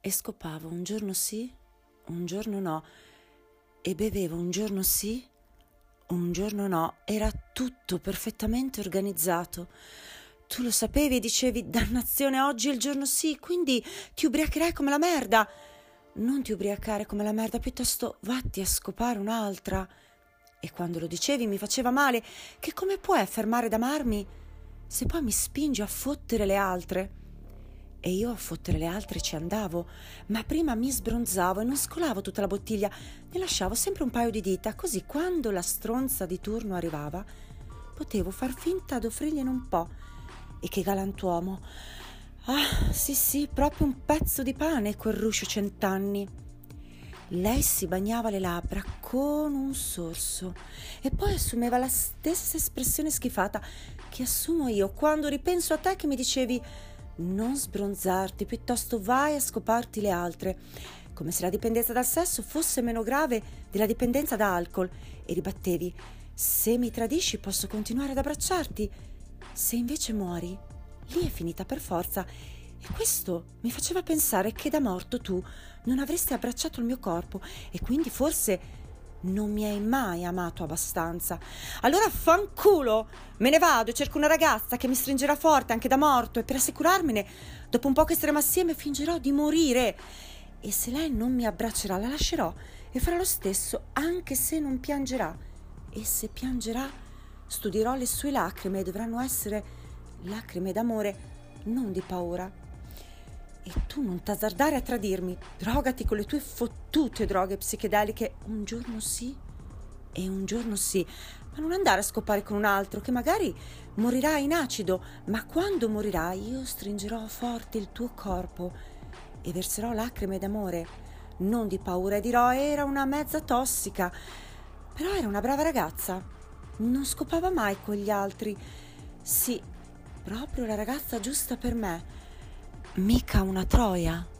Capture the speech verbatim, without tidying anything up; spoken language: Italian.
e scopavo un giorno sì, un giorno no, e bevevo un giorno sì, un giorno no. Era tutto perfettamente organizzato. Tu lo sapevi e dicevi: dannazione, oggi è il giorno sì, quindi ti ubriacherai come la merda. Non ti ubriacare come la merda, piuttosto vatti a scopare un'altra. E quando lo dicevi mi faceva male, che come puoi affermare d'amarmi se poi mi spingi a fottere le altre? E io a fottere le altre ci andavo, ma prima mi sbronzavo e non scolavo tutta la bottiglia, ne lasciavo sempre un paio di dita, così quando la stronza di turno arrivava potevo far finta d'offrirgliene un po'. E che galantuomo! Ah, sì sì, proprio un pezzo di pane quel Ruscio Centanni. Lei si bagnava le labbra con un sorso e poi assumeva la stessa espressione schifata che assumo io quando ripenso a te che mi dicevi: non sbronzarti, piuttosto vai a scoparti le altre, come se la dipendenza dal sesso fosse meno grave della dipendenza da alcol, e ribattevi: se mi tradisci posso continuare ad abbracciarti, se invece muori lì è finita per forza. E questo mi faceva pensare che da morto tu non avresti abbracciato il mio corpo e quindi forse non mi hai mai amato abbastanza. Allora fanculo, me ne vado e cerco una ragazza che mi stringerà forte anche da morto, e per assicurarmene, dopo un po' che staremo assieme fingerò di morire. E se lei non mi abbraccerà la lascerò e farà lo stesso anche se non piangerà. E se piangerà studierò le sue lacrime e dovranno essere lacrime d'amore, non di paura. E tu non t'azzardare a tradirmi, drogati con le tue fottute droghe psichedeliche un giorno sì e un giorno sì, ma non andare a scopare con un altro che magari morirà in acido, ma quando morirai io stringerò forte il tuo corpo e verserò lacrime d'amore, non di paura, e dirò: era una mezza tossica, però era una brava ragazza, non scopava mai con gli altri, sì, proprio la ragazza giusta per me. Mica una troia.